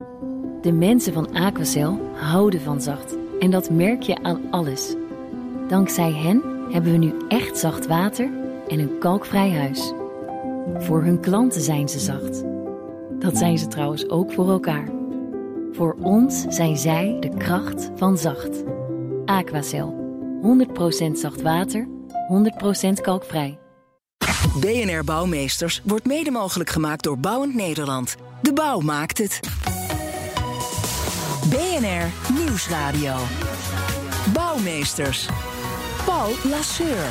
De mensen van Aquacel houden van zacht. En dat merk je aan alles. Dankzij hen hebben we nu echt zacht water en een kalkvrij huis. Voor hun klanten zijn ze zacht. Dat zijn ze trouwens ook voor elkaar. Voor ons zijn zij de kracht van zacht. Aquacel. 100% zacht water, 100% kalkvrij. BNR Bouwmeesters wordt mede mogelijk gemaakt door Bouwend Nederland. De bouw maakt het. BNR Nieuwsradio. Bouwmeesters. Paul Lasseur.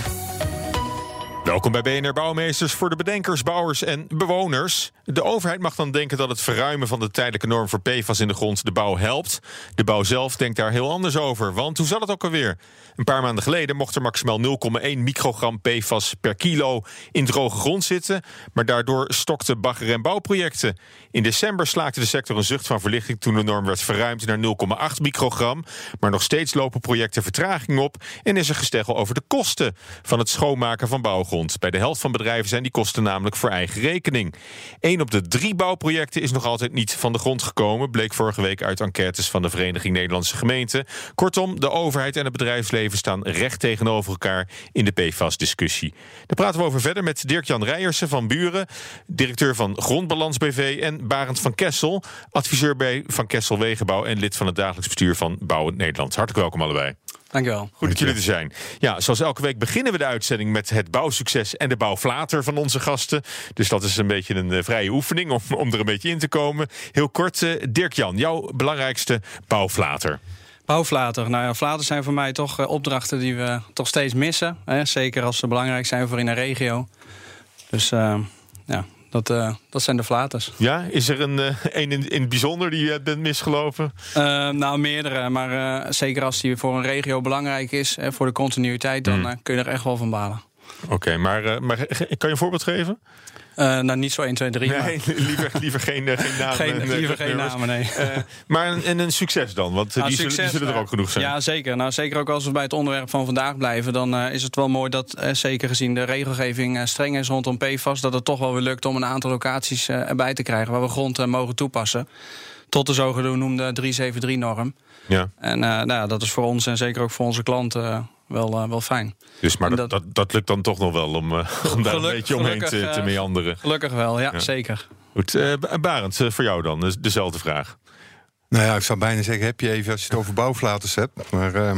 Welkom bij BNR Bouwmeesters voor de bedenkers, bouwers en bewoners. De overheid mag dan denken dat het verruimen van de tijdelijke norm voor PFAS in de grond de bouw helpt. De bouw zelf denkt daar heel anders over. Want hoe zat het ook alweer? Een paar maanden geleden mocht er maximaal 0,1 microgram PFAS per kilo in droge grond zitten. Maar daardoor stokten bagger- en bouwprojecten. In december slaakte de sector een zucht van verlichting toen de norm werd verruimd naar 0,8 microgram. Maar nog steeds lopen projecten vertraging op en is er gesteggel over de kosten van het schoonmaken van bouwgrond. Bij de helft van bedrijven zijn die kosten namelijk voor eigen rekening. 1 op de 3 bouwprojecten is nog altijd niet van de grond gekomen, bleek vorige week uit enquêtes van de Vereniging Nederlandse Gemeenten. Kortom, de overheid en het bedrijfsleven staan recht tegenover elkaar in de PFAS-discussie. Daar praten we over verder met Dirk-Jan Rijersen van Buren, directeur van Grondbalans BV, en Barend van Kessel, adviseur bij Van Kessel Wegenbouw en lid van het dagelijks bestuur van Bouwend Nederland. Hartelijk welkom allebei. Dankjewel. Goed dat jullie er zijn. Ja, zoals elke week beginnen we de uitzending met het bouwsucces en de bouwflater van onze gasten. Dus dat is een beetje een vrije oefening om er een beetje in te komen. Heel kort, Dirk-Jan, jouw belangrijkste bouwflater. Bouwflater. Nou ja, flaters zijn voor mij toch opdrachten die we toch steeds missen. Hè? Zeker als ze belangrijk zijn voor in een regio. Dus ja, dat zijn de flaters. Ja, is er een in het bijzonder die je bent misgelopen? Nou, meerdere. Maar zeker als die voor een regio belangrijk is, voor de continuïteit, dan kun je er echt wel van balen. Oké, maar kan je een voorbeeld geven? Nou, niet zo 1, 2, 3. Nee, maar liever geen namen. Liever geen namen, nee. Maar een succes dan, want die zullen er ook genoeg zijn. Ja, zeker. Nou, zeker ook als we bij het onderwerp van vandaag blijven, dan is het wel mooi dat, zeker gezien de regelgeving streng is rondom PFAS, dat het toch wel weer lukt om een aantal locaties erbij te krijgen waar we grond mogen toepassen. Tot de zogenoemde 373-norm. Ja. En nou, dat is voor ons en zeker ook voor onze klanten wel fijn. Dus, maar dat lukt dan toch nog wel om daar een beetje omheen te meanderen? Gelukkig wel, ja. Zeker. Goed, Barend, voor jou dan dezelfde vraag. Nou ja, ik zou bijna zeggen, heb je even als je het over bouwflaters hebt. Maar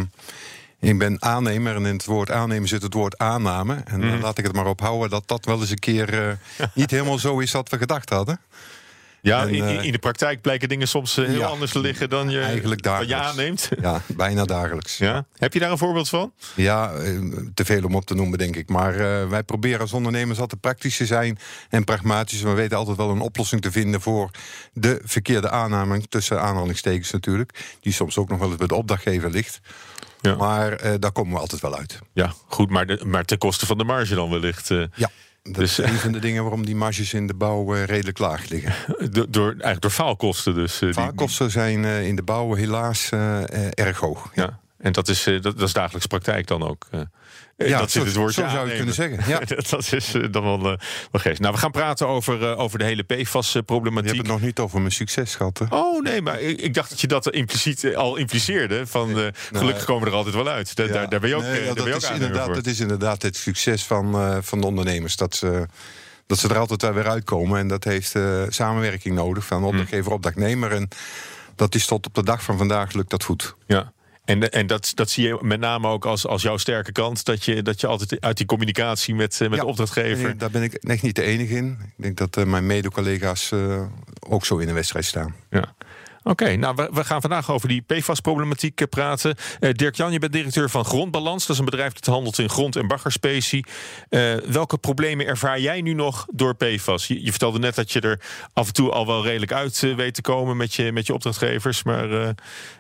ik ben aannemer en in het woord aannemen zit het woord aanname. En dan laat ik het maar op houden dat wel eens een keer niet helemaal zo is wat we gedacht hadden. Ja, in de praktijk blijken dingen soms heel anders te liggen dan je aanneemt. Ja, bijna dagelijks. Ja? Heb je daar een voorbeeld van? Ja, te veel om op te noemen, denk ik. Maar wij proberen als ondernemers altijd praktisch te zijn en pragmatisch. We weten altijd wel een oplossing te vinden voor de verkeerde aanname, tussen aanhalingstekens natuurlijk, die soms ook nog wel eens bij de opdrachtgever ligt. Ja. Maar daar komen we altijd wel uit. Ja, goed, maar ten koste van de marge dan wellicht. Ja. Dat is een van de dingen waarom die marges in de bouw redelijk laag liggen. Eigenlijk door faalkosten dus. Faalkosten zijn in de bouw helaas erg hoog. Ja. En dat is dagelijks praktijk dan ook. Ja, dat zit het woordje zo zou je kunnen zeggen. Ja. Dat is dan wel geest. Nou, we gaan praten over de hele PFAS-problematiek. Je hebt het nog niet over mijn succes gehad, hè? Oh, nee, maar ik dacht dat je dat impliciet al impliceerde. Gelukkig komen we er altijd wel uit. Daar ben je ook, dat is inderdaad het succes van de ondernemers. Dat ze er altijd weer uitkomen. En dat heeft samenwerking nodig van opdrachtgever, opdrachtnemer. En dat is tot op de dag van vandaag lukt dat goed. Ja. En dat zie je met name ook als jouw sterke kant, dat je altijd uit die communicatie met de opdrachtgever. Nee, daar ben ik echt niet de enige in. Ik denk dat mijn mede-collega's ook zo in de wedstrijd staan. Ja. Oké, nou, we gaan vandaag over die PFAS-problematiek praten. Dirk-Jan, je bent directeur van Grondbalans. Dat is een bedrijf dat handelt in grond- en baggerspecie. Welke problemen ervaar jij nu nog door PFAS? Je vertelde net dat je er af en toe al wel redelijk uit weet te komen met je opdrachtgevers. Maar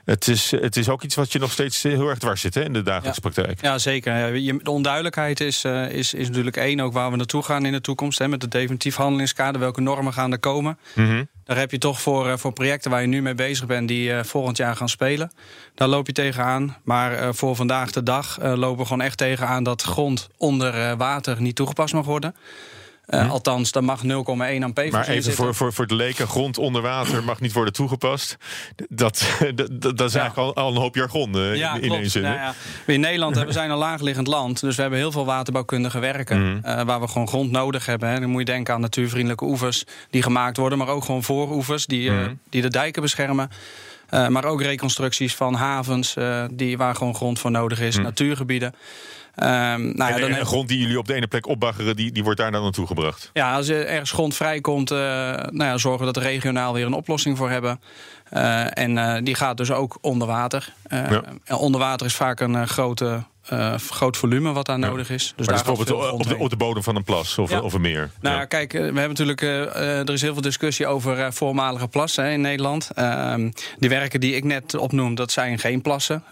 het is ook iets wat je nog steeds heel erg dwars zit, hè, in de dagelijkse praktijk. Ja, zeker. De onduidelijkheid is natuurlijk één, ook waar we naartoe gaan in de toekomst. Hè, met het definitief handelingskader, welke normen gaan er komen. Mm-hmm. Daar heb je toch voor projecten waar je nu mee bezig bent, die volgend jaar gaan spelen. Daar loop je tegenaan. Maar voor vandaag de dag lopen we gewoon echt tegenaan dat grond onder water niet toegepast mag worden. Althans, daar mag 0,1 aan PFAS Maar in even zitten. voor de leken, grond onder water mag niet worden toegepast. Dat is eigenlijk al een hoop jargon in één zin. Ja. In Nederland we zijn een laagliggend land, dus we hebben heel veel waterbouwkundige werken waar we gewoon grond nodig hebben. Hè. Dan moet je denken aan natuurvriendelijke oevers die gemaakt worden, maar ook gewoon vooroevers die de dijken beschermen. Maar ook reconstructies van havens waar gewoon grond voor nodig is, natuurgebieden. En grond die jullie op de ene plek opbaggeren, die wordt daar dan naartoe gebracht? Ja, als er ergens grond vrijkomt, zorgen dat we regionaal weer een oplossing voor hebben. En die gaat dus ook onder water. En onder water is vaak een groot volume wat daar nodig is. Dus maar daar bijvoorbeeld op de bodem van een plas of een meer? Kijk, we hebben natuurlijk er is heel veel discussie over voormalige plassen in Nederland. Die werken die ik net opnoem, dat zijn geen plassen.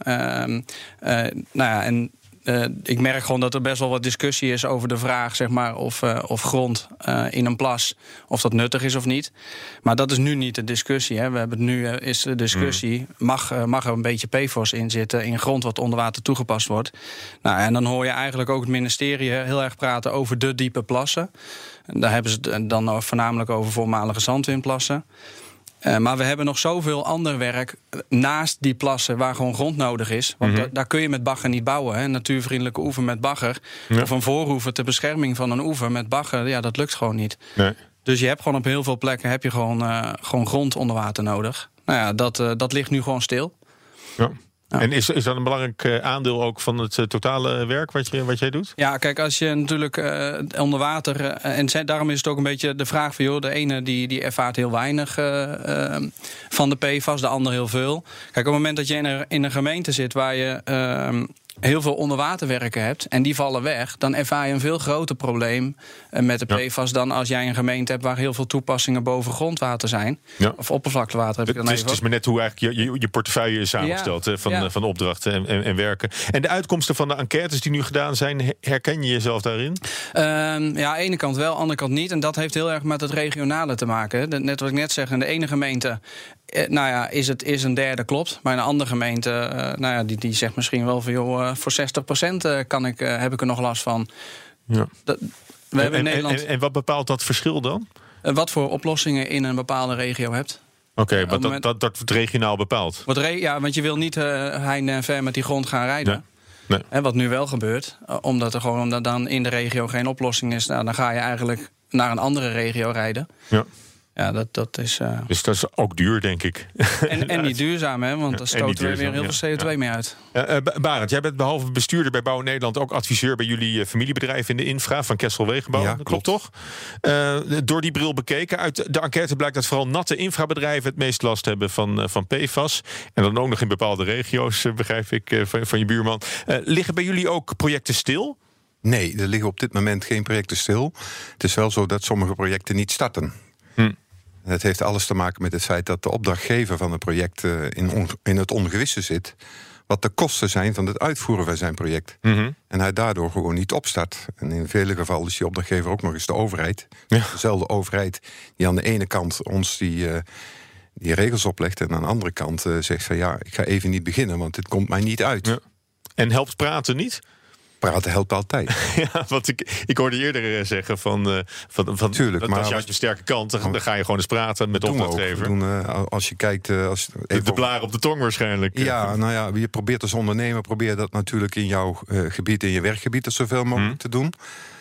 Ik merk gewoon dat er best wel wat discussie is over de vraag, zeg maar, of grond in een plas, of dat nuttig is of niet. Maar dat is nu niet de discussie. Hè. We hebben het nu is de discussie, mag er een beetje PFOS in zitten in grond wat onder water toegepast wordt. En dan hoor je eigenlijk ook het ministerie heel erg praten over de diepe plassen. Daar hebben ze het dan voornamelijk over voormalige zandwinplassen. Maar we hebben nog zoveel ander werk naast die plassen waar gewoon grond nodig is. Want daar kun je met bagger niet bouwen. Hè. Een natuurvriendelijke oever met bagger. Ja. Of een vooroever ter bescherming van een oever met bagger. Dat lukt gewoon niet. Nee. Dus je hebt gewoon op heel veel plekken heb je gewoon grond onder water nodig. Dat ligt nu gewoon stil. Ja. Ja. En is dat een belangrijk aandeel ook van het totale werk wat jij doet? Ja, kijk, als je natuurlijk onder water... en daarom is het ook een beetje de vraag van... de ene die ervaart heel weinig van de PFAS, de ander heel veel. Kijk, op het moment dat je in een gemeente zit waar je... heel veel onderwaterwerken hebt en die vallen weg... dan ervaar je een veel groter probleem met de PFAS... dan als jij een gemeente hebt waar heel veel toepassingen boven grondwater zijn. Ja. Of oppervlaktewater heb ik dan even. Het is maar net hoe eigenlijk je portefeuille is samengesteld van opdrachten en werken. En de uitkomsten van de enquêtes die nu gedaan zijn... herken je jezelf daarin? Aan de ene kant wel, aan de andere kant niet. En dat heeft heel erg met het regionale te maken. Net wat ik net zeg, in de ene gemeente... is een derde klopt. Maar in een andere gemeente, die zegt misschien wel van... joh, voor 60% heb ik er nog last van. Ja. We hebben in Nederland... en wat bepaalt dat verschil dan? Wat voor oplossingen in een bepaalde regio hebt. Oké, maar dat wordt regionaal bepaald? Want je wil niet heinde en ver met die grond gaan rijden. Nee. En wat nu wel gebeurt, omdat er dan in de regio geen oplossing is... dan ga je eigenlijk naar een andere regio rijden. Ja. Ja, dat is... Dus dat is ook duur, denk ik. En niet duurzaam, hè? Want dan stoten we weer heel veel CO2 mee uit. Barend, jij bent behalve bestuurder bij Bouw Nederland... ook adviseur bij jullie familiebedrijf in de infra van Kessel Wegenbouw. Ja, dat klopt toch? Door die bril bekeken. Uit de enquête blijkt dat vooral natte infrabedrijven... het meest last hebben van PFAS. En dan ook nog in bepaalde regio's, begrijp ik, van je buurman. Liggen bij jullie ook projecten stil? Nee, er liggen op dit moment geen projecten stil. Het is wel zo dat sommige projecten niet starten. Het heeft alles te maken met het feit dat de opdrachtgever van het project in het ongewisse zit. Wat de kosten zijn van het uitvoeren van zijn project. Mm-hmm. En hij daardoor gewoon niet opstart. En in vele gevallen is die opdrachtgever ook nog eens de overheid. Ja. Dezelfde overheid die aan de ene kant ons die regels oplegt... en aan de andere kant zegt van ik ga even niet beginnen... want dit komt mij niet uit. Ja. En helpt praten niet? Praten helpt altijd. Ja, want ik hoorde eerder zeggen van tuurlijk, maar als je uit je sterke kant... dan ga je gewoon eens praten met de opdrachtgever. Als je kijkt... de blaar op de tong waarschijnlijk. Ja, je probeert als ondernemer... probeer dat natuurlijk in jouw gebied, in je werkgebied... er zoveel mogelijk te doen.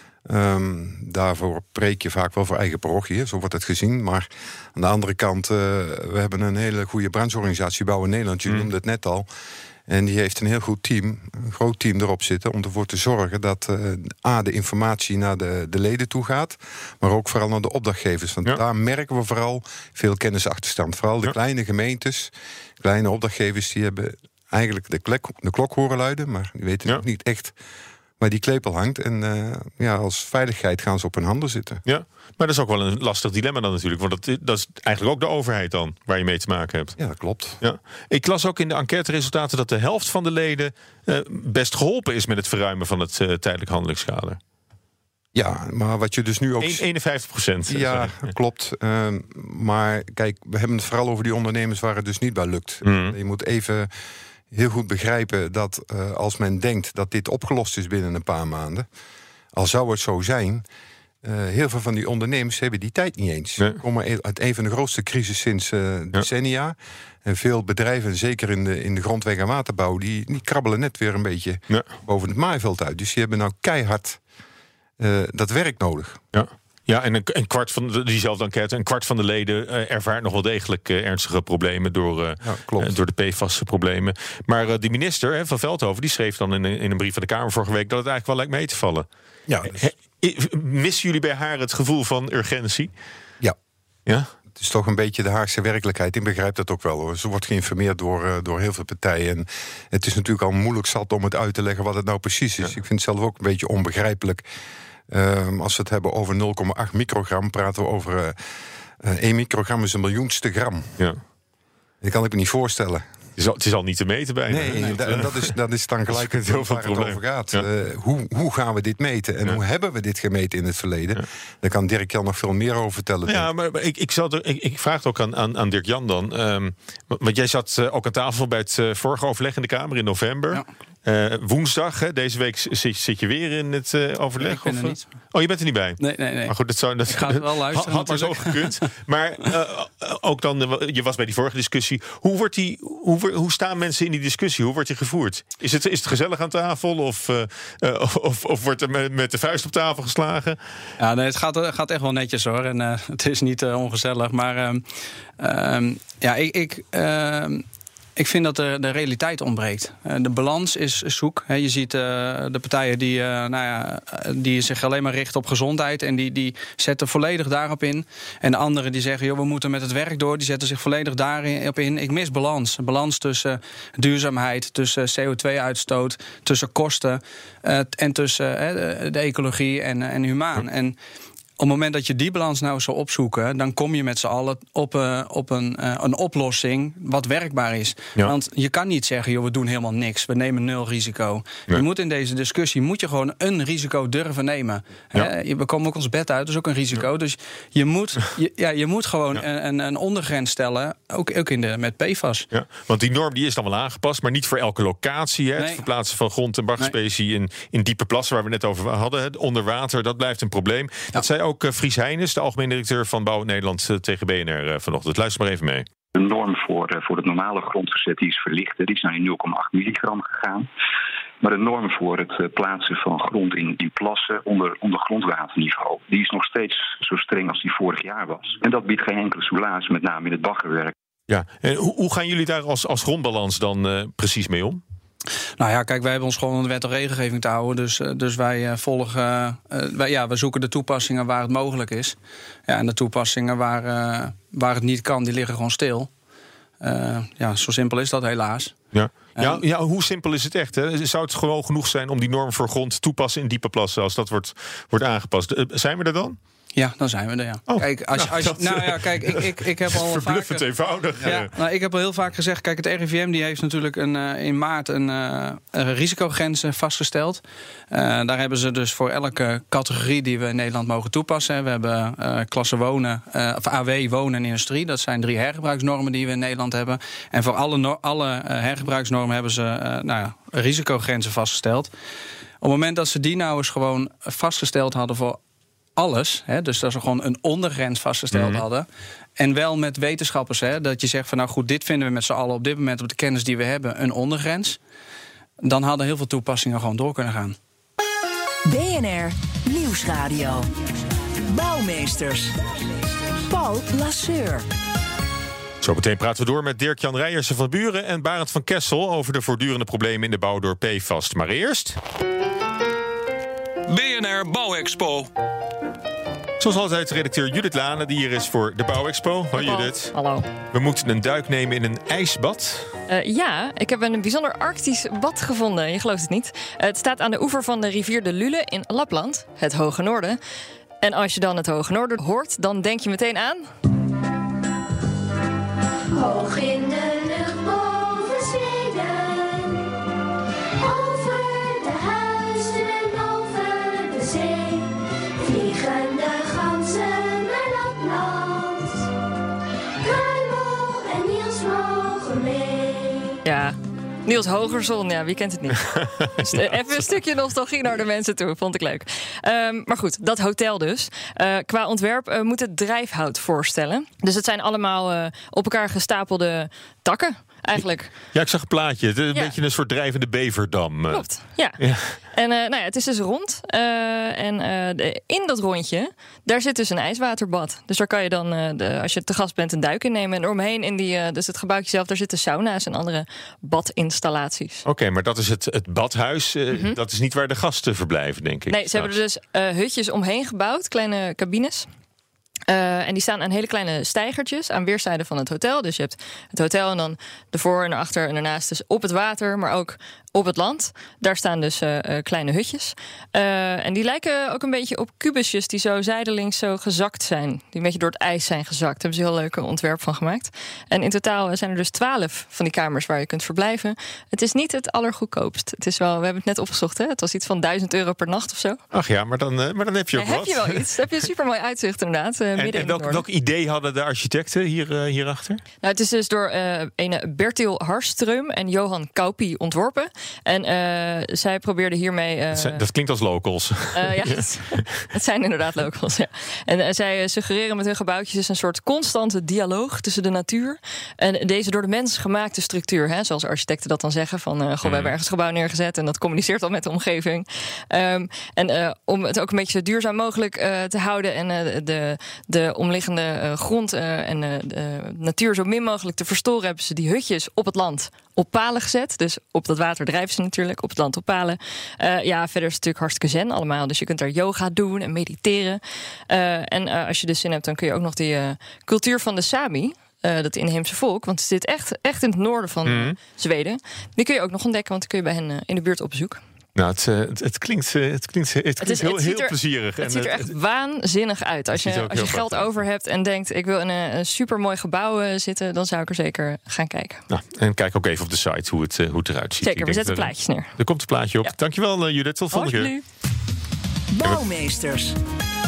Daarvoor preek je vaak wel voor eigen parochie, zo wordt het gezien. Maar aan de andere kant... we hebben een hele goede brancheorganisatie... Bouwen Nederland, je noemde het net al... En die heeft een heel goed team, een groot team erop zitten... om ervoor te zorgen dat de informatie naar de leden toe gaat... maar ook vooral naar de opdrachtgevers. Want daar merken we vooral veel kennisachterstand. Vooral de kleine gemeentes, kleine opdrachtgevers... die hebben eigenlijk de klok horen luiden... maar die weten nog niet echt waar die klepel hangt. En als veiligheid gaan ze op hun handen zitten. Ja, maar dat is ook wel een lastig dilemma dan natuurlijk. Want dat is eigenlijk ook de overheid dan, waar je mee te maken hebt. Ja, dat klopt. Ja. Ik las ook in de enquêteresultaten dat de helft van de leden... best geholpen is met het verruimen van het tijdelijk handelingskader. Ja, maar wat je dus nu ook... 51%. Ja, klopt. Maar kijk, we hebben het vooral over die ondernemers waar het dus niet bij lukt. Je moet even heel goed begrijpen dat als men denkt dat dit opgelost is binnen een paar maanden... al zou het zo zijn... heel veel van die ondernemers hebben die tijd niet eens. Nee. We komen uit een van de grootste crisis sinds decennia. En veel bedrijven, zeker in de grondweg- en waterbouw... die krabbelen net weer een beetje boven het maaiveld uit. Dus die hebben nou keihard dat werk nodig. Ja, en een kwart van diezelfde enquête, een kwart van de leden ervaart nog wel degelijk ernstige problemen door de PFAS-problemen. Maar die minister van Veldhoven die schreef dan in een brief van de Kamer vorige week dat het eigenlijk wel lijkt mee te vallen. Ja, missen jullie bij haar het gevoel van urgentie? Ja? Het is toch een beetje de Haagse werkelijkheid. Ik begrijp dat ook wel, hoor. Ze wordt geïnformeerd door heel veel partijen. En het is natuurlijk al moeilijk zat om het uit te leggen wat het nou precies is. Ik vind het zelf ook een beetje onbegrijpelijk. Als we het hebben over 0,8 microgram, praten we over 1 microgram is een miljoenste gram. Ja. Dat kan ik me niet voorstellen. Het is al niet te meten bijna. Nee, dat is dan gelijk het heel waar het over gaat. Ja. Hoe gaan we dit meten? En hoe hebben we dit gemeten in het verleden? Ja. Daar kan Dirk-Jan nog veel meer over vertellen. Ja, maar ik vraag het ook aan Dirk-Jan dan. Want jij zat ook aan tafel bij het vorige overleg in de Kamer in november. Ja. Woensdag, deze week zit je weer in het overleg? Ik ben er niet. Oh, je bent er niet bij? Nee. Maar goed, dat ik ga het wel luisteren. Had maar zo gekund. Maar ook dan, je was bij die vorige discussie. Hoe staan mensen in die discussie? Hoe wordt die gevoerd? Is het gezellig aan tafel? Of wordt er met de vuist op tafel geslagen? Ja, nee, het gaat echt wel netjes, hoor. En het is niet ongezellig. Maar ik vind dat de realiteit ontbreekt. De balans is zoek. Je ziet de partijen die zich alleen maar richten op gezondheid... en die zetten volledig daarop in. En de anderen die zeggen, we moeten met het werk door... die zetten zich volledig daarop in. Ik mis balans. Balans tussen duurzaamheid, tussen CO2-uitstoot... tussen kosten en tussen de ecologie en humaan. En op het moment dat je die balans nou zou opzoeken... dan kom je met z'n allen op een oplossing wat werkbaar is. Ja. Want je kan niet zeggen, we doen helemaal niks. We nemen 0 risico. Ja. Je moet in deze discussie gewoon een risico durven nemen. Ja. We komen ook ons bed uit, dat is ook een risico. Ja. Dus je moet gewoon een ondergrens stellen, ook met PFAS. Ja. Want die norm die is dan wel aangepast, maar niet voor elke locatie. Nee. Het verplaatsen van grond- en bachspecie in diepe plassen... waar we net over hadden, onder water, dat blijft een probleem. Ja. Dat zei ook Fries Heijnes, de algemeen directeur van Bouw Nederland... tegen BNR vanochtend. Luister maar even mee. De norm voor het normale grondverzet die is verlicht. Die is naar 0,8 milligram gegaan. Maar de norm voor het plaatsen van grond in plassen onder grondwaterniveau... die is nog steeds zo streng als die vorig jaar was. En dat biedt geen enkele soelaas, met name in het baggerwerk. Ja, en hoe gaan jullie daar als grondbalans dan precies mee om? Nou ja, kijk, wij hebben ons gewoon aan de wet en regelgeving te houden. Dus wij volgen... we zoeken de toepassingen waar het mogelijk is. Ja, en de toepassingen waar het niet kan, die liggen gewoon stil. Zo simpel is dat helaas. Ja, hoe simpel is het echt? Hè? Zou het gewoon genoeg zijn om die norm voor grond toepassen in diepe plassen... als dat wordt aangepast? Zijn we er dan? Ja, dan zijn we er, ja. Oh, kijk, ik heb al verbluffend eenvoudig. Ik heb al heel vaak gezegd, kijk, het RIVM die heeft natuurlijk in maart een risicogrens vastgesteld. Daar hebben ze dus voor elke categorie die we in Nederland mogen toepassen. We hebben klasse wonen, of AW, wonen en industrie. Dat zijn 3 hergebruiksnormen die we in Nederland hebben. En voor alle hergebruiksnormen hebben ze risicogrenzen vastgesteld. Op het moment dat ze die nou eens gewoon vastgesteld hadden voor alles, dus dat ze gewoon een ondergrens vastgesteld hadden. En wel met wetenschappers, dat je zegt van nou goed, dit vinden we met z'n allen op dit moment op de kennis die we hebben een ondergrens. Dan hadden heel veel toepassingen gewoon door kunnen gaan. BNR Nieuwsradio. Bouwmeesters. Paul Lasseur. Zometeen praten we door met Dirk-Jan Rijers van Buren en Barend van Kessel over de voortdurende problemen in de bouw door PFAS. Maar eerst BNR Bouwexpo. Zoals altijd redacteur Judith Lane, die hier is voor de Bouwexpo. Hoi Judith. Hallo. We moeten een duik nemen in een ijsbad. Ja, ik heb een bijzonder arctisch bad gevonden. Je gelooft het niet. Het staat aan de oever van de rivier de Lule in Lapland, het Hoge Noorden. En als je dan het Hoge Noorden hoort, dan denk je meteen aan... Hoog in de lucht boven Zweden, over de huizen en over de zee, vliegen de ganzen naar Lapland. Kruimel en Niels mogen mee. Ja, Niels Hogerzon, ja, wie kent het niet? Dus even een stukje nostalgie naar de mensen toe, vond ik leuk. Maar goed, dat hotel dus. Qua ontwerp moet het drijfhout voorstellen. Dus het zijn allemaal op elkaar gestapelde takken, eigenlijk. Ja, ik zag een plaatje. Het is een beetje een soort drijvende beverdam. Klopt, ja. En het is dus rond. In dat rondje, daar zit dus een ijswaterbad. Dus daar kan je dan, als je te gast bent, een duik innemen. En eromheen in dus het gebouwtje zelf, daar zitten sauna's en andere badinstallaties. Oké, maar dat is het badhuis. Dat is niet waar de gasten verblijven, denk ik. Nee, ze hebben er dus hutjes omheen gebouwd, kleine cabines. En die staan aan hele kleine steigertjes aan weerszijden van het hotel. Dus je hebt het hotel en dan ervoor en erachter en daarnaast dus op het water, maar ook op het land. Daar staan dus kleine hutjes. En die lijken ook een beetje op kubusjes die zo zijdelings zo gezakt zijn. Die een beetje door het ijs zijn gezakt. Daar hebben ze een heel leuk ontwerp van gemaakt. En in totaal zijn er dus 12 van die kamers waar je kunt verblijven. Het is niet het allergoedkoopst. Het is wel, we hebben het net opgezocht, hè? Het was iets van €1.000 per nacht of zo. Ach ja, maar dan heb je ook wat. Heb je wel iets. Dan heb je een super mooi uitzicht inderdaad. En welk idee hadden de architecten hierachter? Nou, het is dus door ene Bertil Harström en Johan Kauppi ontworpen. En zij probeerden hiermee... dat klinkt als locals. Ja, het zijn inderdaad locals, ja. En zij suggereren met hun gebouwtjes dus een soort constante dialoog tussen de natuur en deze door de mens gemaakte structuur. Hè, zoals architecten dat dan zeggen van... we hebben ergens een gebouw neergezet en dat communiceert dan met de omgeving. Om het ook een beetje zo duurzaam mogelijk te houden en de omliggende grond en de natuur zo min mogelijk te verstoren, hebben ze die hutjes op het land op palen gezet. Dus op dat water drijven ze natuurlijk, op het land op palen. Verder is het natuurlijk hartstikke zen allemaal. Dus je kunt daar yoga doen en mediteren. Als je dus zin hebt, dan kun je ook nog die cultuur van de Sami, dat inheemse volk, want het zit echt in het noorden van Zweden. Die kun je ook nog ontdekken, want dan kun je bij hen in de buurt op bezoek. Nou, het klinkt heel plezierig. Het ziet er echt waanzinnig uit. Als je geld over hebt en denkt, ik wil in een supermooi gebouw zitten, dan zou ik er zeker gaan kijken. Nou, en kijk ook even op de site hoe het eruit ziet. Zeker, we zetten plaatjes neer. Er komt een plaatje op. Ja. Dankjewel, Judith. Tot volgende keer. Bouwmeesters.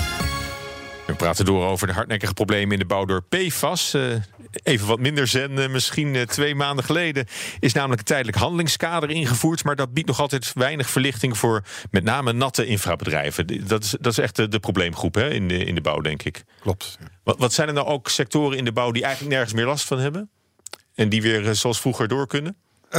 We praten door over de hardnekkige problemen in de bouw door PFAS. Even wat minder zen, misschien 2 maanden geleden is namelijk een tijdelijk handelingskader ingevoerd, maar dat biedt nog altijd weinig verlichting voor met name natte infrabedrijven. Dat is echt de probleemgroep, hè, in de bouw, denk ik. Klopt. Wat zijn er nou ook sectoren in de bouw die eigenlijk nergens meer last van hebben? En die weer zoals vroeger door kunnen?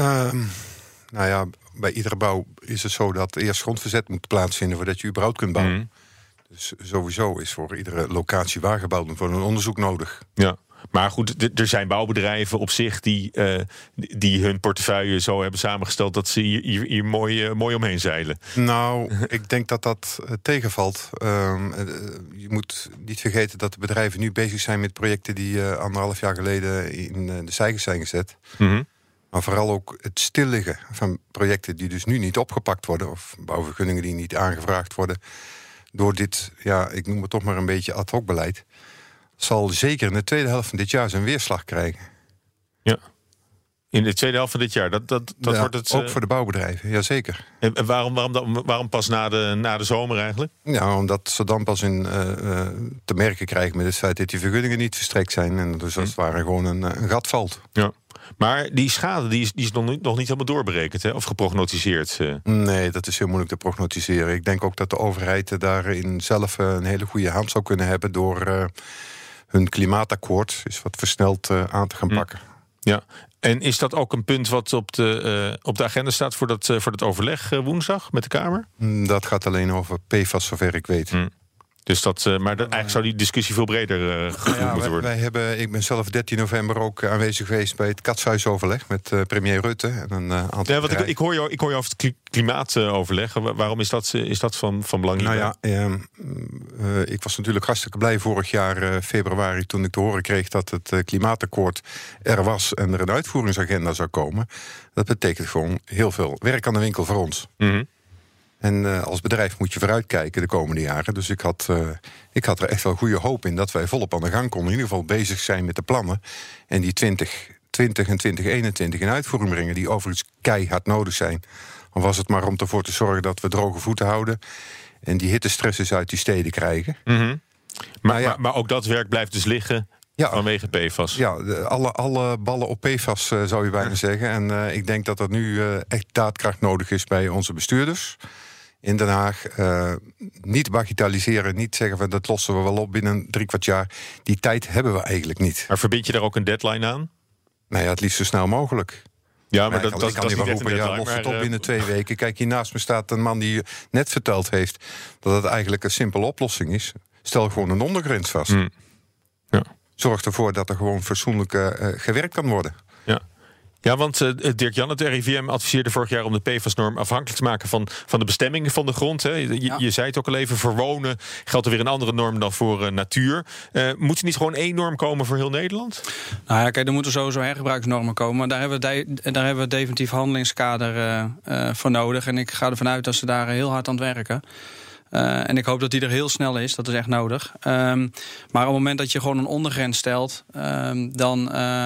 Bij iedere bouw is het zo dat eerst grondverzet moet plaatsvinden voordat je überhaupt kunt bouwen. Dus sowieso is voor iedere locatie waar gebouwd wordt een onderzoek nodig. Ja. Maar goed, er zijn bouwbedrijven op zich die hun portefeuille zo hebben samengesteld dat ze hier mooi omheen zeilen. Nou, ik denk dat tegenvalt. Je moet niet vergeten dat de bedrijven nu bezig zijn met projecten die 1,5 jaar geleden in de steigers zijn gezet. Mm-hmm. Maar vooral ook het stilliggen van projecten die dus nu niet opgepakt worden, of bouwvergunningen die niet aangevraagd worden, door dit, ik noem het toch maar een beetje ad hoc beleid, zal zeker in de tweede helft van dit jaar zijn weerslag krijgen. Ja, in de tweede helft van dit jaar. Dat wordt het. Ook voor de bouwbedrijven, jazeker. En waarom pas na de zomer eigenlijk? Ja, omdat ze dan pas te merken krijgen met het feit dat die vergunningen niet verstrekt zijn. En dus als het ware gewoon een gat valt. Ja. Maar die schade die is nog niet helemaal doorberekend, hè? Of geprognotiseerd? Nee, dat is heel moeilijk te prognosticeren. Ik denk ook dat de overheid daarin zelf een hele goede hand zou kunnen hebben door hun klimaatakkoord is wat versneld aan te gaan pakken. Ja, en is dat ook een punt wat op de agenda staat voor dat overleg woensdag met de Kamer? Dat gaat alleen over PFAS, zover ik weet. Dus eigenlijk zou die discussie veel breder gevoerd moeten worden. Ik ben zelf 13 november ook aanwezig geweest bij het Katshuisoverleg met premier Rutte en een aantal. Ik hoor jou over het klimaatoverleg. Waarom is dat van belang? Ik was natuurlijk hartstikke blij vorig jaar februari toen ik te horen kreeg dat het klimaatakkoord er was en er een uitvoeringsagenda zou komen. Dat betekent gewoon heel veel werk aan de winkel voor ons. Mm-hmm. En als bedrijf moet je vooruitkijken de komende jaren. Dus ik had er echt wel goede hoop in dat wij volop aan de gang konden. In ieder geval bezig zijn met de plannen. En die 2020 en 2021 in uitvoering brengen. Die overigens keihard nodig zijn. Of was het maar om ervoor te zorgen dat we droge voeten houden. En die hittestress uit die steden krijgen. Mm-hmm. Maar ook dat werk blijft dus liggen vanwege PFAS. Ja, alle ballen op PFAS zou je bijna zeggen. En ik denk dat er nu echt daadkracht nodig is bij onze bestuurders in Den Haag. Niet bagatelliseren, niet zeggen van dat lossen we wel op binnen 3/4 jaar. Die tijd hebben we eigenlijk niet. Maar verbind je daar ook een deadline aan? Nou ja, het liefst zo snel mogelijk. Ja, maar ik dat kan is niet niet wel echt een roepen, deadline. los het op binnen 2 weken. Kijk, hier naast me staat een man die net verteld heeft dat het eigenlijk een simpele oplossing is. Stel gewoon een ondergrens vast. Ja. Zorg ervoor dat er gewoon fatsoenlijk gewerkt kan worden. Ja, want Dirk-Jan, het RIVM adviseerde vorig jaar om de PFAS-norm afhankelijk te maken van de bestemming van de grond. Hè. Je zei het ook al even, voor wonen geldt er weer een andere norm dan voor natuur. Moet er niet gewoon 1 norm komen voor heel Nederland? Nou ja, kijk, er moeten sowieso hergebruiksnormen komen. Daar hebben we het definitief handelingskader voor nodig. En ik ga ervan uit dat ze daar heel hard aan het werken. En ik hoop dat die er heel snel is. Dat is echt nodig. Maar op het moment dat je gewoon een ondergrens stelt, dan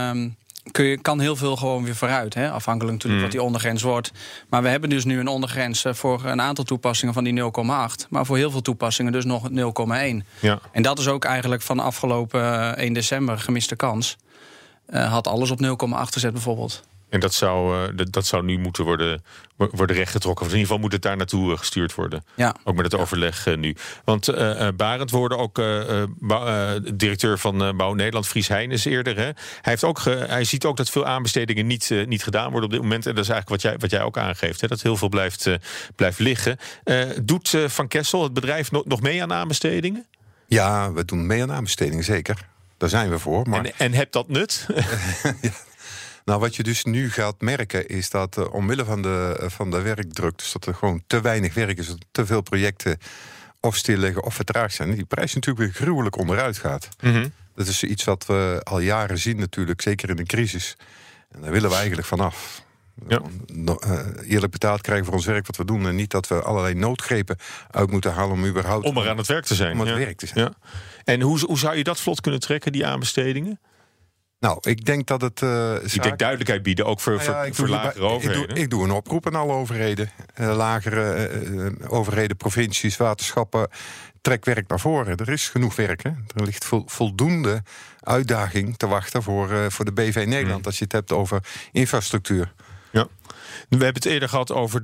kan heel veel gewoon weer vooruit. Hè? Afhankelijk natuurlijk wat die ondergrens wordt. Maar we hebben dus nu een ondergrens voor een aantal toepassingen van die 0,8. Maar voor heel veel toepassingen dus nog 0,1. Ja. En dat is ook eigenlijk van afgelopen 1 december gemiste kans. Had alles op 0,8 gezet bijvoorbeeld. En dat zou nu moeten worden rechtgetrokken. Of in ieder geval moet het daar naartoe gestuurd worden. Ja. Ook met het overleg nu. Want Barend woorde ook directeur van Bouw Nederland, Fries Heijnes eerder. Hè. Hij ziet ook dat veel aanbestedingen niet gedaan worden op dit moment. En dat is eigenlijk wat jij ook aangeeft. Hè, dat heel veel blijft liggen. Doet Van Kessel, het bedrijf, nog mee aan aanbestedingen? Ja, we doen mee aan aanbestedingen, zeker. Daar zijn we voor. Maar en hebt dat nut? Ja. Nou, wat je dus nu gaat merken is dat omwille van de werkdruk, dus dat er gewoon te weinig werk is, dat te veel projecten of stilliggen of vertraagd zijn, die prijs natuurlijk weer gruwelijk onderuit gaat. Mm-hmm. Dat is iets wat we al jaren zien natuurlijk, zeker in een crisis. En daar willen we eigenlijk vanaf. Ja. Eerlijk betaald krijgen voor ons werk wat we doen. En niet dat we allerlei noodgrepen uit moeten halen om überhaupt om er aan het werk te zijn. Om aan het werk te zijn. Ja. En hoe zou je dat vlot kunnen trekken, die aanbestedingen? Nou, ik denk dat het ik denk duidelijkheid bieden, ook voor lagere overheden. Ik doe een oproep aan alle overheden. Lagere overheden, provincies, waterschappen. Trek werk naar voren. Er is genoeg werk. Hè? Er ligt voldoende uitdaging te wachten voor de BV Nederland. Als je het hebt over infrastructuur. Ja. We hebben het eerder gehad over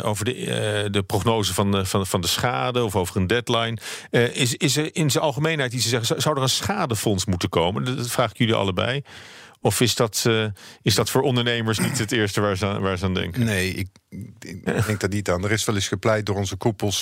de prognose van de schade of over een deadline. Is er in zijn algemeenheid iets te zeggen? Zou er een schadefonds moeten komen? Dat vraag ik jullie allebei. Of is dat voor ondernemers niet het eerste waar ze aan denken? Nee, ik denk dat niet aan. Er is wel eens gepleit door onze koepels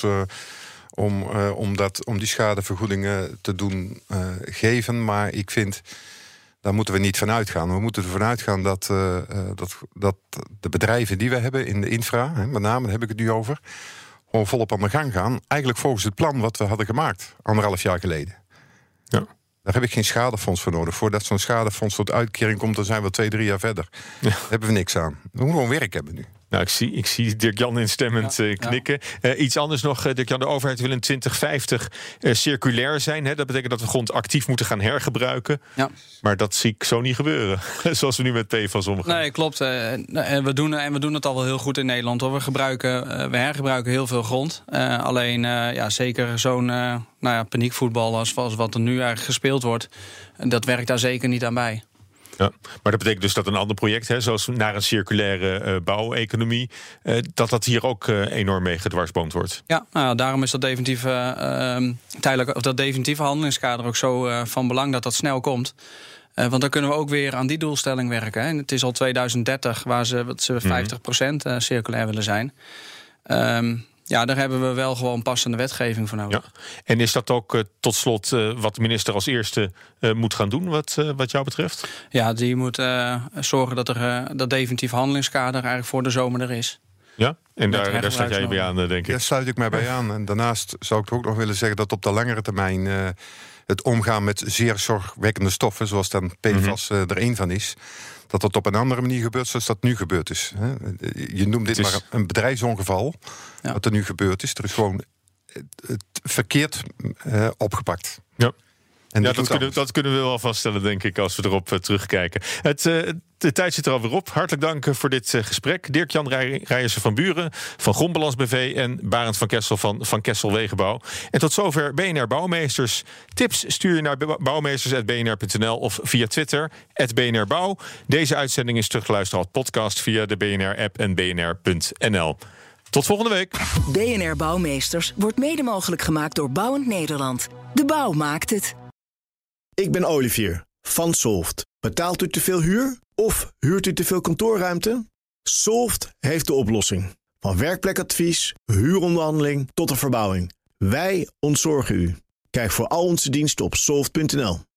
om die schadevergoedingen te doen geven. Maar ik vind, daar moeten we niet van uitgaan. We moeten ervan uitgaan dat de bedrijven die we hebben in de infra, met name, daar heb ik het nu over, gewoon volop aan de gang gaan. Eigenlijk volgens het plan wat we hadden gemaakt 1,5 jaar geleden. Ja. Daar heb ik geen schadefonds voor nodig. Voordat zo'n schadefonds tot uitkering komt, dan zijn we 2-3 jaar verder. Ja. Daar hebben we niks aan. We moeten gewoon werk hebben nu. Nou, ik zie Dirk-Jan instemmend knikken. Iets anders nog, Dirk-Jan, de overheid wil in 2050 circulair zijn. Hè? Dat betekent dat we grond actief moeten gaan hergebruiken. Ja. Maar dat zie ik zo niet gebeuren. Zoals we nu met PFAS omgaan. Nee, klopt. En we doen het al wel heel goed in Nederland. Hoor. We hergebruiken heel veel grond. Alleen zeker zo'n paniekvoetbal als wat er nu eigenlijk gespeeld wordt, dat werkt daar zeker niet aan bij. Ja, maar dat betekent dus dat een ander project, zoals naar een circulaire bouweconomie, dat hier ook enorm mee gedwarsboomd wordt. Ja, nou, daarom is dat definitieve handelingskader ook zo van belang dat snel komt. Want dan kunnen we ook weer aan die doelstelling werken. Hè. En het is al 2030 waar ze 50% circulair willen zijn. Daar hebben we wel gewoon passende wetgeving voor nodig. Ja. En is dat ook tot slot wat de minister als eerste moet gaan doen, wat jou betreft? Ja, die moet zorgen dat dat definitief handelingskader eigenlijk voor de zomer er is. Ja, en daar sluit jij bij aan, denk ik. Daar sluit ik mij bij aan. En daarnaast zou ik ook nog willen zeggen dat op de langere termijn het omgaan met zeer zorgwekkende stoffen, zoals dan PFAS er één van is, dat op een andere manier gebeurt zoals dat nu gebeurd is. Je noemt dit maar een bedrijfsongeval, wat er nu gebeurd is. Er is gewoon het verkeerd opgepakt. Ja. En Ja, dat kunnen we wel vaststellen, denk ik, als we erop terugkijken. De tijd zit er alweer op. Hartelijk dank voor dit gesprek. Dirk-Jan Rijersen van Buren van Grondbalans BV en Barend van Kessel van Kessel Wegenbouw. En tot zover BNR Bouwmeesters. Tips stuur je naar bouwmeesters@bnr.nl of via Twitter @BNRBouw. Deze uitzending is terug te luisteren als podcast via de BNR-app en bnr.nl. Tot volgende week. BNR Bouwmeesters wordt mede mogelijk gemaakt door Bouwend Nederland. De bouw maakt het. Ik ben Olivier van Solft. Betaalt u te veel huur of huurt u te veel kantoorruimte? Solft heeft de oplossing. Van werkplekadvies, huuronderhandeling tot de verbouwing. Wij ontzorgen u. Kijk voor al onze diensten op soft.nl.